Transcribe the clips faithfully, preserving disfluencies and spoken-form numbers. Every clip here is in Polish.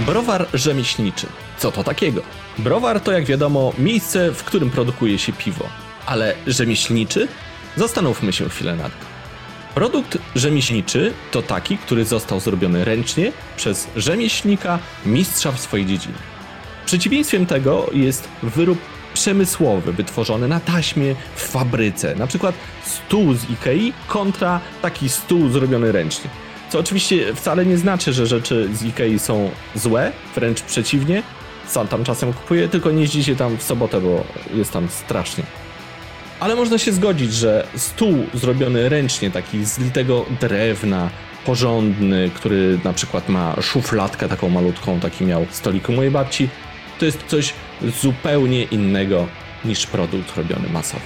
Browar rzemieślniczy. Co to takiego? Browar to, jak wiadomo, miejsce, w którym produkuje się piwo. Ale rzemieślniczy? Zastanówmy się chwilę nad tym. Produkt rzemieślniczy to taki, który został zrobiony ręcznie przez rzemieślnika, mistrza w swojej dziedzinie. Przeciwieństwem tego jest wyrób przemysłowy, wytworzony na taśmie w fabryce. Na przykład stół z Ikei kontra taki stół zrobiony ręcznie. Co oczywiście wcale nie znaczy, że rzeczy z Ikei są złe, wręcz przeciwnie. Sam tam czasem kupuję, tylko nie jeździcie tam w sobotę, bo jest tam strasznie. Ale można się zgodzić, że stół zrobiony ręcznie, taki z litego drewna, porządny, który na przykład ma szufladkę taką malutką, taki miał stolik u mojej babci, to jest coś zupełnie innego niż produkt robiony masowo.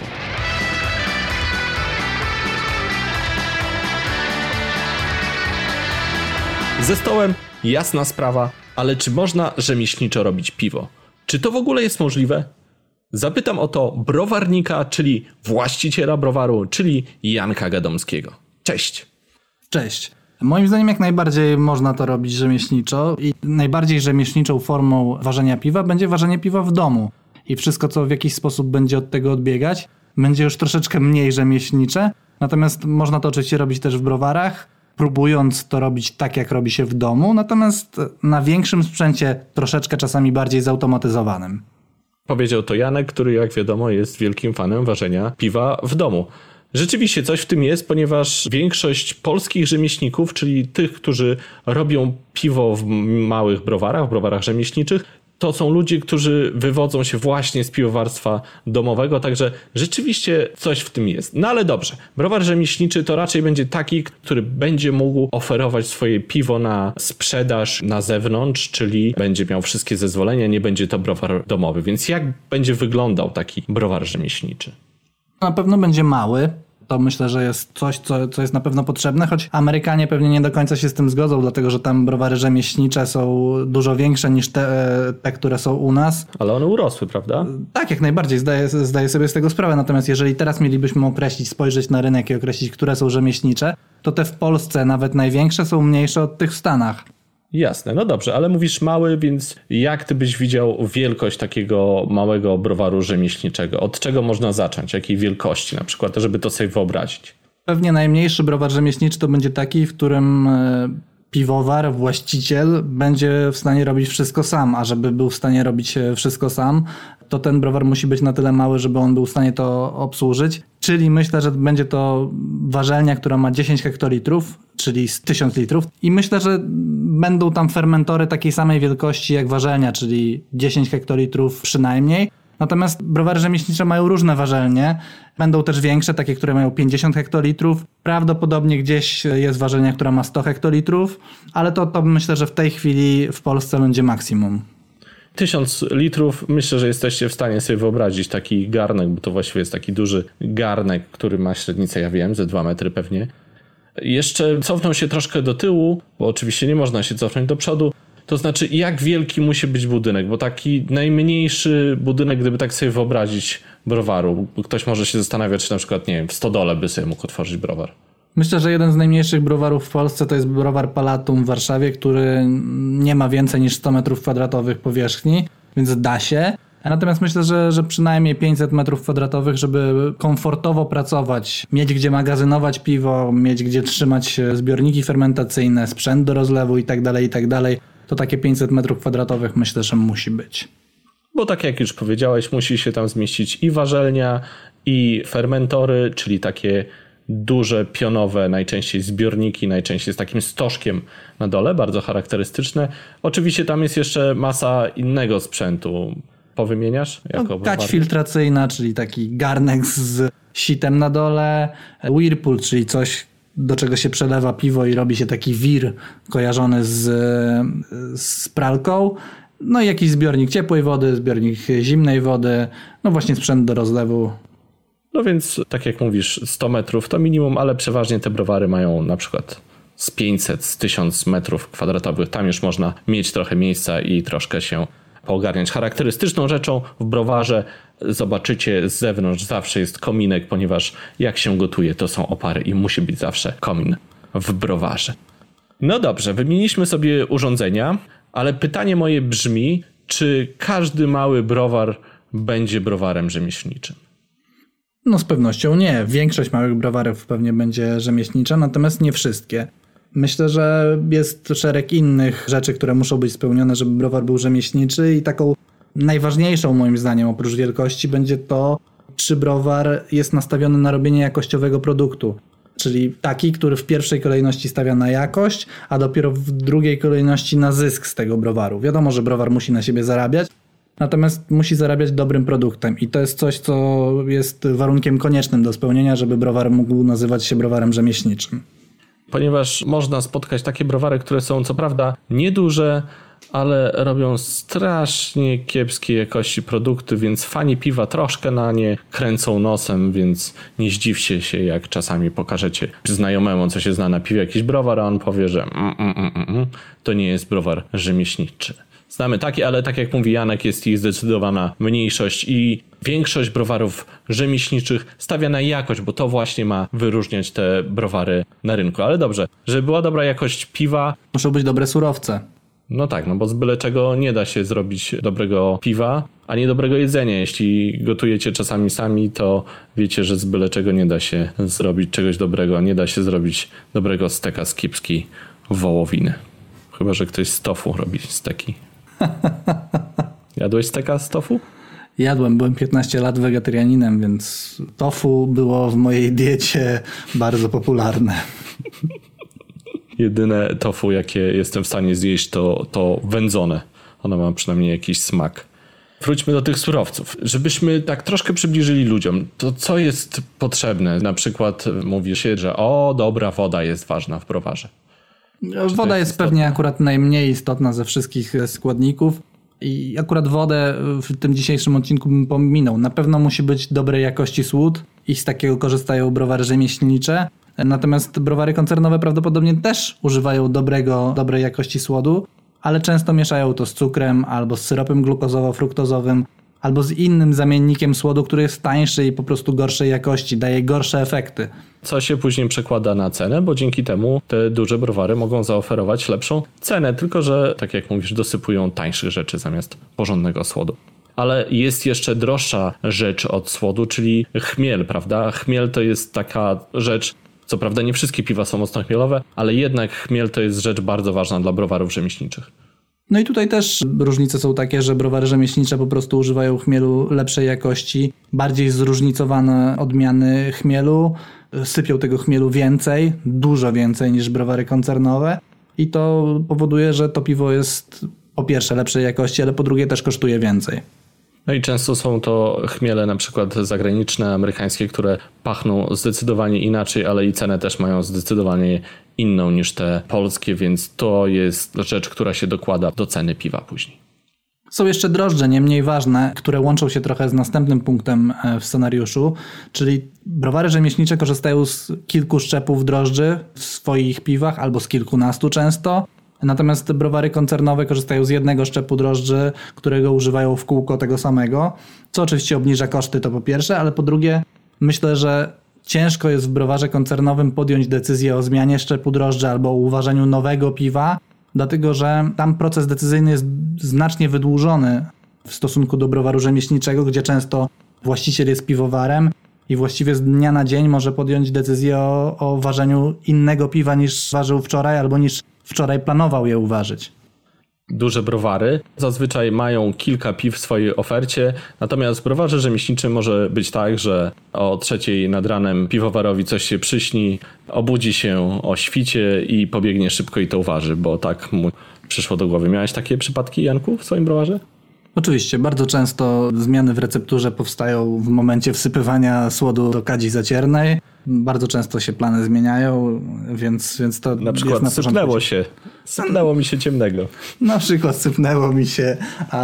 Ze stołem jasna sprawa, ale czy można rzemieślniczo robić piwo? Czy to w ogóle jest możliwe? Zapytam o to browarnika, czyli właściciela browaru, czyli Janka Gadomskiego. Cześć. Cześć. Moim zdaniem jak najbardziej można to robić rzemieślniczo i najbardziej rzemieślniczą formą ważenia piwa będzie ważenie piwa w domu. I wszystko, co w jakiś sposób będzie od tego odbiegać, będzie już troszeczkę mniej rzemieślnicze. Natomiast można to oczywiście robić też w browarach, próbując to robić tak, jak robi się w domu, natomiast na większym sprzęcie troszeczkę czasami bardziej zautomatyzowanym. Powiedział to Janek, który jak wiadomo jest wielkim fanem ważenia piwa w domu. Rzeczywiście coś w tym jest, ponieważ większość polskich rzemieślników, czyli tych, którzy robią piwo w małych browarach, w browarach rzemieślniczych, to są ludzie, którzy wywodzą się właśnie z piwowarstwa domowego, także rzeczywiście coś w tym jest. No ale dobrze, browar rzemieślniczy to raczej będzie taki, który będzie mógł oferować swoje piwo na sprzedaż na zewnątrz, czyli będzie miał wszystkie zezwolenia, nie będzie to browar domowy. Więc jak będzie wyglądał taki browar rzemieślniczy? Na pewno będzie mały. To myślę, że jest coś, co, co jest na pewno potrzebne, choć Amerykanie pewnie nie do końca się z tym zgodzą, dlatego że tam browary rzemieślnicze są dużo większe niż te, te które są u nas. Ale one urosły, prawda? Tak, jak najbardziej, zdaję, zdaję sobie z tego sprawę. Natomiast jeżeli teraz mielibyśmy określić, spojrzeć na rynek i określić, które są rzemieślnicze, to te w Polsce, nawet największe, są mniejsze od tych w Stanach. Jasne, no dobrze, ale mówisz mały, więc jak ty byś widział wielkość takiego małego browaru rzemieślniczego? Od czego można zacząć? Jakiej wielkości na przykład, żeby to sobie wyobrazić? Pewnie najmniejszy browar rzemieślniczy to będzie taki, w którym piwowar, właściciel będzie w stanie robić wszystko sam, a żeby był w stanie robić wszystko sam, to ten browar musi być na tyle mały, żeby on był w stanie to obsłużyć. Czyli myślę, że będzie to warzelnia, która ma dziesięć hektolitrów, czyli z tysiąc litrów. I myślę, że będą tam fermentory takiej samej wielkości jak warzelnia, czyli dziesięć hektolitrów przynajmniej. Natomiast browary rzemieślnicze mają różne warzelnie. Będą też większe, takie, które mają pięćdziesiąt hektolitrów. Prawdopodobnie gdzieś jest warzelnia, która ma sto hektolitrów, ale to, to myślę, że w tej chwili w Polsce będzie maksimum. Tysiąc litrów, myślę, że jesteście w stanie sobie wyobrazić taki garnek, bo to właściwie jest taki duży garnek, który ma średnicę, ja wiem, ze dwa metry pewnie. Jeszcze cofnął się troszkę do tyłu, bo oczywiście nie można się cofnąć do przodu. To znaczy, jak wielki musi być budynek, bo taki najmniejszy budynek, gdyby tak sobie wyobrazić browaru, ktoś może się zastanawiać, czy na przykład, nie wiem, w stodole by sobie mógł otworzyć browar. Myślę, że jeden z najmniejszych browarów w Polsce to jest browar Palatum w Warszawie, który nie ma więcej niż sto metrów kwadratowych powierzchni, więc da się. Natomiast myślę, że, że przynajmniej pięćset metrów kwadratowych, żeby komfortowo pracować, mieć gdzie magazynować piwo, mieć gdzie trzymać zbiorniki fermentacyjne, sprzęt do rozlewu i tak dalej, i tak dalej, to takie pięćset metrów kwadratowych myślę, że musi być. Bo tak jak już powiedziałeś, musi się tam zmieścić i warzelnia, i fermentory, czyli takie duże, pionowe, najczęściej zbiorniki, najczęściej z takim stożkiem na dole, bardzo charakterystyczne. Oczywiście tam jest jeszcze masa innego sprzętu. Powymieniasz? Jako no, kać filtracyjna, czyli taki garnek z sitem na dole, whirlpool, czyli coś, do czego się przelewa piwo i robi się taki wir kojarzony z, z pralką. No i jakiś zbiornik ciepłej wody, zbiornik zimnej wody, no właśnie sprzęt do rozlewu. No więc, tak jak mówisz, sto metrów to minimum, ale przeważnie te browary mają na przykład z pięćset, z tysiąc metrów kwadratowych. Tam już można mieć trochę miejsca i troszkę się poogarniać. Charakterystyczną rzeczą w browarze, zobaczycie z zewnątrz, zawsze jest kominek, ponieważ jak się gotuje, to są opary i musi być zawsze komin w browarze. No dobrze, wymieniliśmy sobie urządzenia, Ale pytanie moje brzmi, czy każdy mały browar będzie browarem rzemieślniczym? No z pewnością nie. Większość małych browarów pewnie będzie rzemieślnicza, natomiast nie wszystkie. Myślę, że jest szereg innych rzeczy, które muszą być spełnione, żeby browar był rzemieślniczy i taką najważniejszą moim zdaniem oprócz wielkości będzie to, czy browar jest nastawiony na robienie jakościowego produktu. Czyli taki, który w pierwszej kolejności stawia na jakość, a dopiero w drugiej kolejności na zysk z tego browaru. Wiadomo, że browar musi na siebie zarabiać, natomiast musi zarabiać dobrym produktem i to jest coś, co jest warunkiem koniecznym do spełnienia, żeby browar mógł nazywać się browarem rzemieślniczym. Ponieważ można spotkać takie browary, które są co prawda nieduże, ale robią strasznie kiepskiej jakości produkty, więc fani piwa troszkę na nie kręcą nosem, więc nie zdziwcie się, jak czasami pokażecie znajomemu, co się zna na piwie, jakiś browar, a on powie, że mm, mm, mm, mm, to nie jest browar rzemieślniczy. Znamy takie, ale tak jak mówi Janek, jest ich zdecydowana mniejszość i większość browarów rzemieślniczych stawia na jakość, bo to właśnie ma wyróżniać te browary na rynku. Ale dobrze, żeby była dobra jakość piwa... Muszą być dobre surowce. No tak, no bo z byle czego nie da się zrobić dobrego piwa, ani dobrego jedzenia. Jeśli gotujecie czasami sami, to wiecie, że z byle czego nie da się zrobić czegoś dobrego. Nie da się zrobić dobrego steka z kiepskiej wołowiny. Chyba że ktoś z tofu robi steki. Jadłeś steka z tofu? Jadłem, byłem piętnaście lat wegetarianinem, więc tofu było w mojej diecie bardzo popularne. Jedyne tofu, jakie jestem w stanie zjeść, to, to wędzone. Ono ma przynajmniej jakiś smak. Wróćmy do tych surowców. Żebyśmy tak troszkę przybliżyli ludziom, to co jest potrzebne? Na przykład mówi się, że o, dobra woda jest ważna w browarze. Woda jest, jest pewnie akurat najmniej istotna ze wszystkich składników i akurat wodę w tym dzisiejszym odcinku bym pominął. Na pewno musi być dobrej jakości słód i z takiego korzystają browary rzemieślnicze. Natomiast browary koncernowe prawdopodobnie też używają dobrego, dobrej jakości słodu, ale często mieszają to z cukrem albo z syropem glukozowo-fruktozowym, albo z innym zamiennikiem słodu, który jest tańszy i po prostu gorszej jakości, daje gorsze efekty. Co się później przekłada na cenę, bo dzięki temu te duże browary mogą zaoferować lepszą cenę, tylko że, tak jak mówisz, dosypują tańszych rzeczy zamiast porządnego słodu. Ale jest jeszcze droższa rzecz od słodu, czyli chmiel, prawda? Chmiel to jest taka rzecz, co prawda nie wszystkie piwa są mocno chmielowe, ale jednak chmiel to jest rzecz bardzo ważna dla browarów rzemieślniczych. No i tutaj też różnice są takie, że browary rzemieślnicze po prostu używają chmielu lepszej jakości, bardziej zróżnicowane odmiany chmielu, sypią tego chmielu więcej, dużo więcej niż browary koncernowe i to powoduje, że to piwo jest po pierwsze lepszej jakości, ale po drugie też kosztuje więcej. No i często są to chmiele na przykład zagraniczne, amerykańskie, które pachną zdecydowanie inaczej, ale i cenę też mają zdecydowanie inną niż te polskie, więc to jest rzecz, która się dokłada do ceny piwa później. Są jeszcze drożdże, nie mniej ważne, które łączą się trochę z następnym punktem w scenariuszu, czyli browary rzemieślnicze korzystają z kilku szczepów drożdży w swoich piwach, albo z kilkunastu często. Natomiast browary koncernowe korzystają z jednego szczepu drożdży, którego używają w kółko tego samego, co oczywiście obniża koszty, to po pierwsze, ale po drugie myślę, że ciężko jest w browarze koncernowym podjąć decyzję o zmianie szczepu drożdży albo o uważaniu nowego piwa, dlatego że tam proces decyzyjny jest znacznie wydłużony w stosunku do browaru rzemieślniczego, gdzie często właściciel jest piwowarem i właściwie z dnia na dzień może podjąć decyzję o, o ważeniu innego piwa niż ważył wczoraj albo niż wczoraj planował je uważać. Duże browary zazwyczaj mają kilka piw w swojej ofercie, natomiast w browarze rzemieślniczym może być tak, że o trzeciej nad ranem piwowarowi coś się przyśni, obudzi się o świcie i pobiegnie szybko i to uważy, bo tak mu przyszło do głowy. Miałeś takie przypadki, Janku, w swoim browarze? Oczywiście, bardzo często zmiany w recepturze powstają w momencie wsypywania słodu do kadzi zaciernej. Bardzo często się plany zmieniają, więc, więc to na przykład jest na sypnęło się, sypnęło mi się ciemnego. Na przykład sypnęło mi się,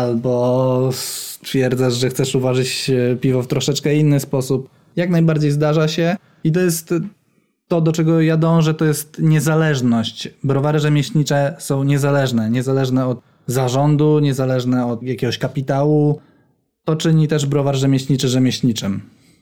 albo stwierdzasz, że chcesz uważać piwo w troszeczkę inny sposób. Jak najbardziej zdarza się i to jest to, do czego ja dążę, to jest niezależność. Browary rzemieślnicze są niezależne, niezależne od zarządu, niezależne od jakiegoś kapitału. To czyni też browar rzemieślniczy rzemieślniczym.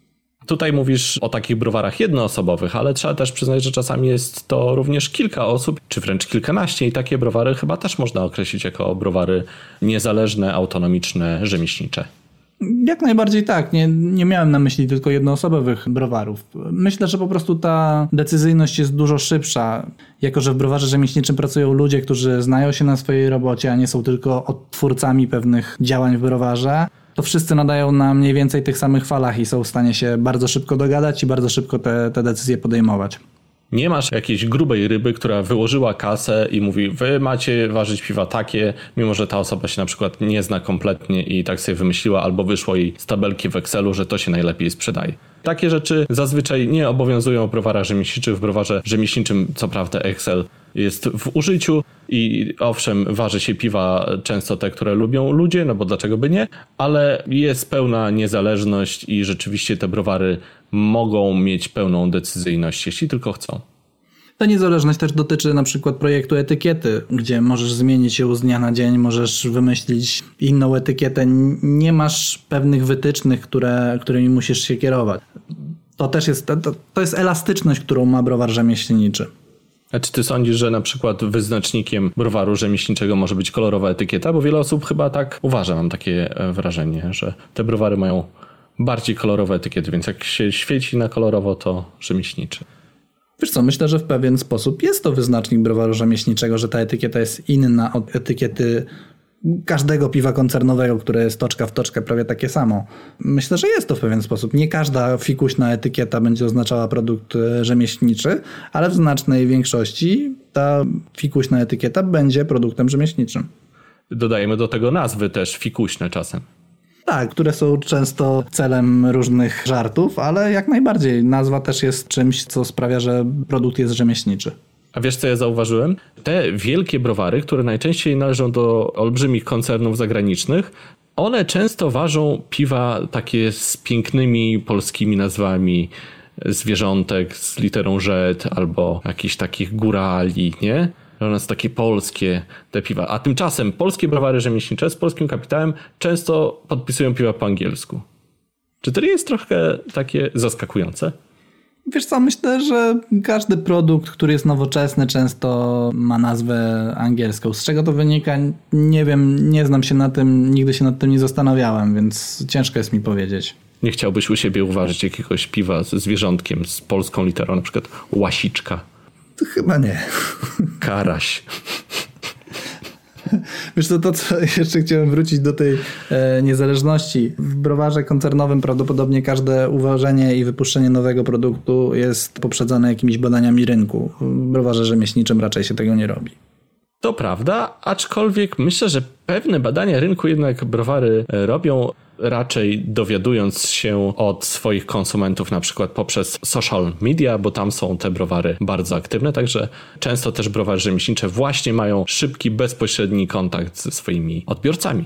Tutaj mówisz o takich browarach jednoosobowych, ale trzeba też przyznać, że czasami jest to również kilka osób, czy wręcz kilkanaście i takie browary chyba też można określić jako browary niezależne, autonomiczne, rzemieślnicze. Jak najbardziej tak. Nie, nie miałem na myśli tylko jednoosobowych browarów. Myślę, że po prostu ta decyzyjność jest dużo szybsza. Jako że w browarze rzemieślniczym pracują ludzie, którzy znają się na swojej robocie, a nie są tylko odtwórcami pewnych działań w browarze, to wszyscy nadają na mniej więcej tych samych falach i są w stanie się bardzo szybko dogadać i bardzo szybko te, te decyzje podejmować. Nie masz jakiejś grubej ryby, która wyłożyła kasę i mówi, wy macie ważyć piwa takie, mimo że ta osoba się na przykład nie zna kompletnie i tak sobie wymyśliła, albo wyszło jej z tabelki w Excelu, że to się najlepiej sprzedaje. Takie rzeczy zazwyczaj nie obowiązują w browarach rzemieślniczych. W browarze rzemieślniczym co prawda Excel jest w użyciu i owszem, waży się piwa często te, które lubią ludzie, no bo dlaczego by nie, ale jest pełna niezależność i rzeczywiście te browary mogą mieć pełną decyzyjność, jeśli tylko chcą. Ta niezależność też dotyczy na przykład projektu etykiety, gdzie możesz zmienić ją z dnia na dzień, możesz wymyślić inną etykietę. Nie masz pewnych wytycznych, które, którymi musisz się kierować. To też jest, to, to jest elastyczność, którą ma browar rzemieślniczy. A czy ty sądzisz, że na przykład wyznacznikiem browaru rzemieślniczego może być kolorowa etykieta? Bo wiele osób chyba tak uważa, mam takie wrażenie, że te browary mają bardziej kolorowe etykiety, więc jak się świeci na kolorowo, to rzemieślniczy. Wiesz co, myślę, że w pewien sposób jest to wyznacznik browaru rzemieślniczego, że ta etykieta jest inna od etykiety każdego piwa koncernowego, które jest toczka w toczkę prawie takie samo. Myślę, że jest to w pewien sposób. Nie każda fikuśna etykieta będzie oznaczała produkt rzemieślniczy, ale w znacznej większości ta fikuśna etykieta będzie produktem rzemieślniczym. Dodajemy do tego nazwy też fikuśne czasem. Tak, które są często celem różnych żartów, ale jak najbardziej nazwa też jest czymś, co sprawia, że produkt jest rzemieślniczy. A wiesz, co ja zauważyłem? Te wielkie browary, które najczęściej należą do olbrzymich koncernów zagranicznych, one często ważą piwa takie z pięknymi polskimi nazwami zwierzątek z literą Z albo jakichś takich górali, nie? One są takie polskie te piwa. A tymczasem polskie browary rzemieślnicze z polskim kapitałem często podpisują piwa po angielsku. Czy to jest trochę takie zaskakujące? Wiesz co, myślę, że każdy produkt, który jest nowoczesny, często ma nazwę angielską. Z czego to wynika? Nie wiem, nie znam się na tym, nigdy się nad tym nie zastanawiałem, więc ciężko jest mi powiedzieć. Nie chciałbyś u siebie uważać jakiegoś piwa ze zwierzątkiem z polską literą, na przykład łasiczka? To chyba nie. Karaś. Wiesz co, to co jeszcze chciałem wrócić do tej e, niezależności. W browarze koncernowym prawdopodobnie każde uważenie i wypuszczenie nowego produktu jest poprzedzone jakimiś badaniami rynku. W browarze rzemieślniczym raczej się tego nie robi. To prawda, aczkolwiek myślę, że pewne badania rynku jednak browary robią, raczej dowiadując się od swoich konsumentów, na przykład poprzez social media, bo tam są te browary bardzo aktywne, także często też browary rzemieślnicze właśnie mają szybki, bezpośredni kontakt ze swoimi odbiorcami.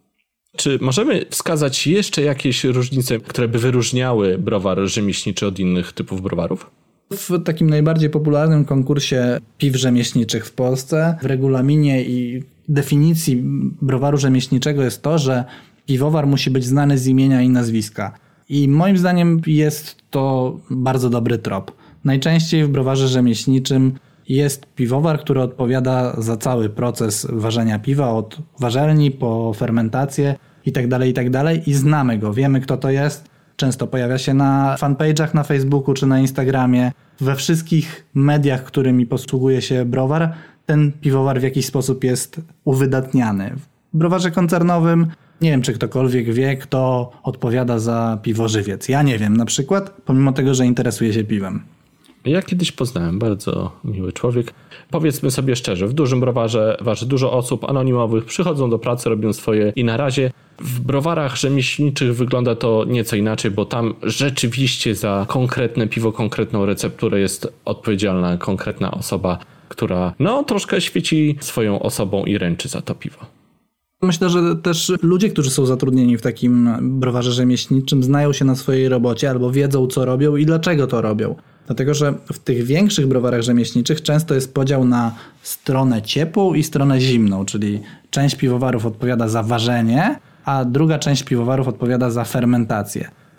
Czy możemy wskazać jeszcze jakieś różnice, które by wyróżniały browar rzemieślniczy od innych typów browarów? W takim najbardziej popularnym konkursie piw rzemieślniczych w Polsce w regulaminie i definicji browaru rzemieślniczego jest to, że piwowar musi być znany z imienia i nazwiska. I moim zdaniem jest to bardzo dobry trop. Najczęściej w browarze rzemieślniczym jest piwowar, który odpowiada za cały proces ważenia piwa, od warzelni po fermentację itd., itd. I znamy go, wiemy kto to jest. Często pojawia się na fanpage'ach na Facebooku czy na Instagramie. We wszystkich mediach, którymi posługuje się browar, ten piwowar w jakiś sposób jest uwydatniany. W browarze koncernowym nie wiem, czy ktokolwiek wie, kto odpowiada za piwo Żywiec. Ja nie wiem na przykład, pomimo tego, że interesuję się piwem. Ja kiedyś poznałem, bardzo miły człowiek. Powiedzmy sobie szczerze, w dużym browarze waży dużo osób anonimowych, przychodzą do pracy, robią swoje i na razie w browarach rzemieślniczych wygląda to nieco inaczej, bo tam rzeczywiście za konkretne piwo, konkretną recepturę jest odpowiedzialna konkretna osoba, która no troszkę świeci swoją osobą i ręczy za to piwo. Myślę, że też ludzie, którzy są zatrudnieni w takim browarze rzemieślniczym, znają się na swojej robocie albo wiedzą, co robią i dlaczego to robią. Dlatego, że w tych większych browarach rzemieślniczych często jest podział na stronę ciepłą i stronę zimną, czyli część piwowarów odpowiada za ważenie, a druga część piwowarów odpowiada za fermentację.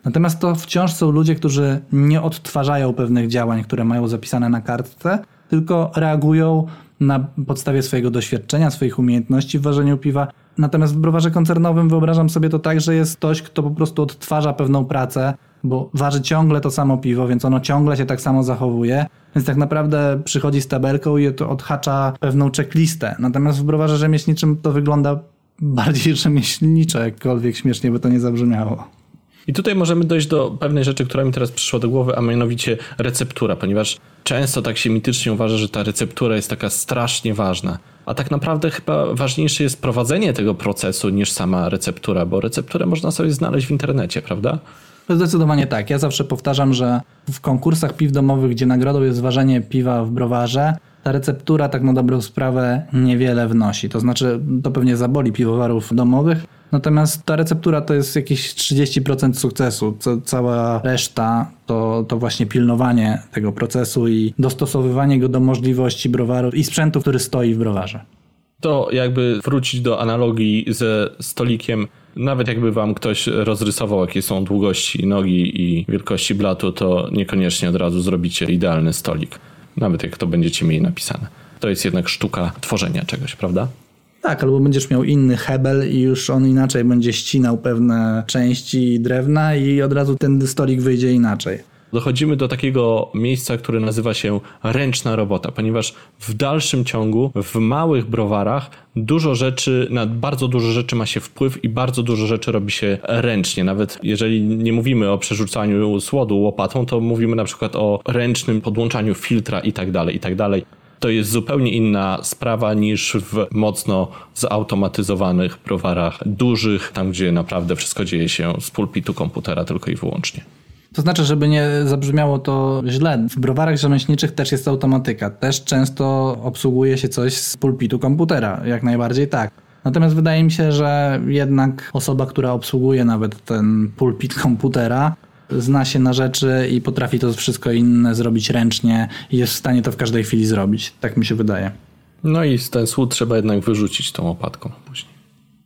Natomiast to wciąż są ludzie, którzy nie odtwarzają pewnych działań, które mają zapisane na kartce, tylko reagują na podstawie swojego doświadczenia, swoich umiejętności w ważeniu piwa. Natomiast w browarze koncernowym wyobrażam sobie to tak, że jest ktoś, kto po prostu odtwarza pewną pracę, bo waży ciągle to samo piwo, więc ono ciągle się tak samo zachowuje. Więc tak naprawdę przychodzi z tabelką i to odhacza pewną checklistę. Natomiast w browarze rzemieślniczym to wygląda bardziej rzemieślniczo, jakkolwiek śmiesznie by to nie zabrzmiało. I tutaj możemy dojść do pewnej rzeczy, która mi teraz przyszła do głowy, a mianowicie receptura, ponieważ często tak się mitycznie uważa, że ta receptura jest taka strasznie ważna. A tak naprawdę chyba ważniejsze jest prowadzenie tego procesu niż sama receptura, bo recepturę można sobie znaleźć w internecie, prawda? Zdecydowanie tak. Ja zawsze powtarzam, że w konkursach piw domowych, gdzie nagrodą jest ważenie piwa w browarze, ta receptura tak na dobrą sprawę niewiele wnosi. To znaczy, to pewnie zaboli piwowarów domowych, natomiast ta receptura to jest jakieś trzydzieści procent sukcesu. Cała reszta to, to właśnie pilnowanie tego procesu i dostosowywanie go do możliwości browaru i sprzętu, który stoi w browarze. To jakby wrócić do analogii ze stolikiem, nawet jakby wam ktoś rozrysował, jakie są długości nogi i wielkości blatu, to niekoniecznie od razu zrobicie idealny stolik. Nawet jak to będziecie mieli napisane. To jest jednak sztuka tworzenia czegoś, prawda? Tak, albo będziesz miał inny hebel i już on inaczej będzie ścinał pewne części drewna i od razu ten stolik wyjdzie inaczej. Dochodzimy do takiego miejsca, które nazywa się ręczna robota, ponieważ w dalszym ciągu w małych browarach dużo rzeczy, na bardzo dużo rzeczy ma się wpływ i bardzo dużo rzeczy robi się ręcznie. Nawet jeżeli nie mówimy o przerzucaniu słodu łopatą, to mówimy na przykład o ręcznym podłączaniu filtra i tak dalej, i tak dalej. To jest zupełnie inna sprawa niż w mocno zautomatyzowanych browarach dużych, tam gdzie naprawdę wszystko dzieje się z pulpitu komputera tylko i wyłącznie. To znaczy, żeby nie zabrzmiało to źle, w browarach rzemieślniczych też jest automatyka. Też często obsługuje się coś z pulpitu komputera, jak najbardziej tak. Natomiast wydaje mi się, że jednak osoba, która obsługuje nawet ten pulpit komputera, zna się na rzeczy i potrafi to wszystko inne zrobić ręcznie i jest w stanie to w każdej chwili zrobić. Tak mi się wydaje. No i ten słód trzeba jednak wyrzucić tą łopatką później.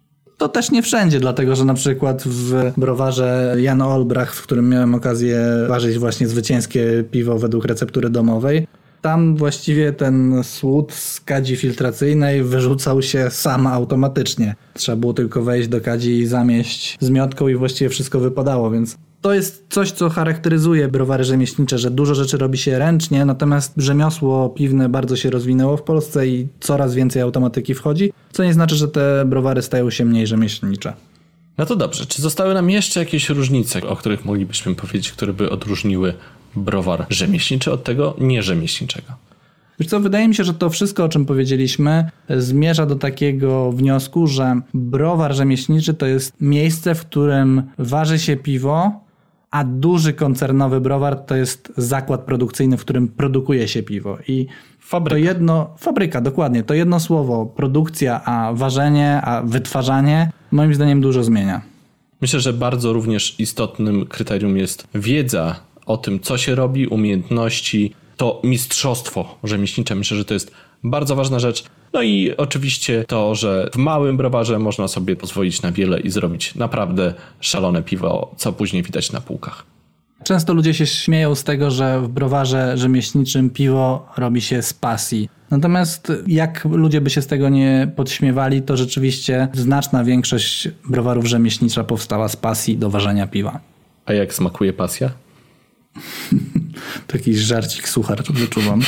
To też nie wszędzie, dlatego że na przykład w browarze Jan Olbrach, w którym miałem okazję ważyć właśnie zwycięskie piwo według receptury domowej, tam właściwie ten słód z kadzi filtracyjnej wyrzucał się sam automatycznie. Trzeba było tylko wejść do kadzi i zamieść zmiotką i właściwie wszystko wypadało, więc to jest coś, co charakteryzuje browary rzemieślnicze, że dużo rzeczy robi się ręcznie, natomiast rzemiosło piwne bardzo się rozwinęło w Polsce i coraz więcej automatyki wchodzi, co nie znaczy, że te browary stają się mniej rzemieślnicze. No to dobrze. Czy zostały nam jeszcze jakieś różnice, o których moglibyśmy powiedzieć, które by odróżniły browar rzemieślniczy od tego nierzemieślniczego? Wiesz co, wydaje mi się, że to wszystko, o czym powiedzieliśmy, zmierza do takiego wniosku, że browar rzemieślniczy to jest miejsce, w którym waży się piwo, a duży koncernowy browar to jest zakład produkcyjny, w którym produkuje się piwo. I fabryka. To jedno, fabryka, dokładnie. To jedno słowo, produkcja, a ważenie, a wytwarzanie, moim zdaniem dużo zmienia. Myślę, że bardzo również istotnym kryterium jest wiedza o tym, co się robi, umiejętności, to mistrzostwo rzemieślnicze. Myślę, że to jest bardzo ważna rzecz. No i oczywiście to, że w małym browarze można sobie pozwolić na wiele i zrobić naprawdę szalone piwo, co później widać na półkach. Często ludzie się śmieją z tego, że w browarze rzemieślniczym piwo robi się z pasji. Natomiast jak ludzie by się z tego nie podśmiewali, to rzeczywiście znaczna większość browarów rzemieślnicza powstała z pasji do ważenia piwa. A jak smakuje pasja? To jakiś żarcik suchar, to wyczuwam.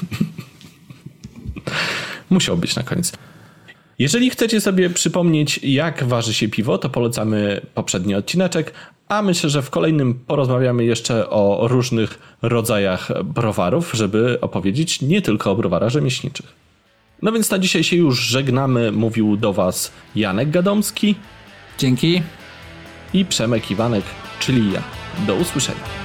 Musiał być na koniec. Jeżeli chcecie sobie przypomnieć, jak waży się piwo, to polecamy poprzedni odcineczek, a myślę, że w kolejnym porozmawiamy jeszcze o różnych rodzajach browarów, żeby opowiedzieć nie tylko o browarach rzemieślniczych. No więc na dzisiaj się już żegnamy. Mówił do Was Janek Gadomski. Dzięki. I Przemek Iwanek, czyli ja. Do usłyszenia.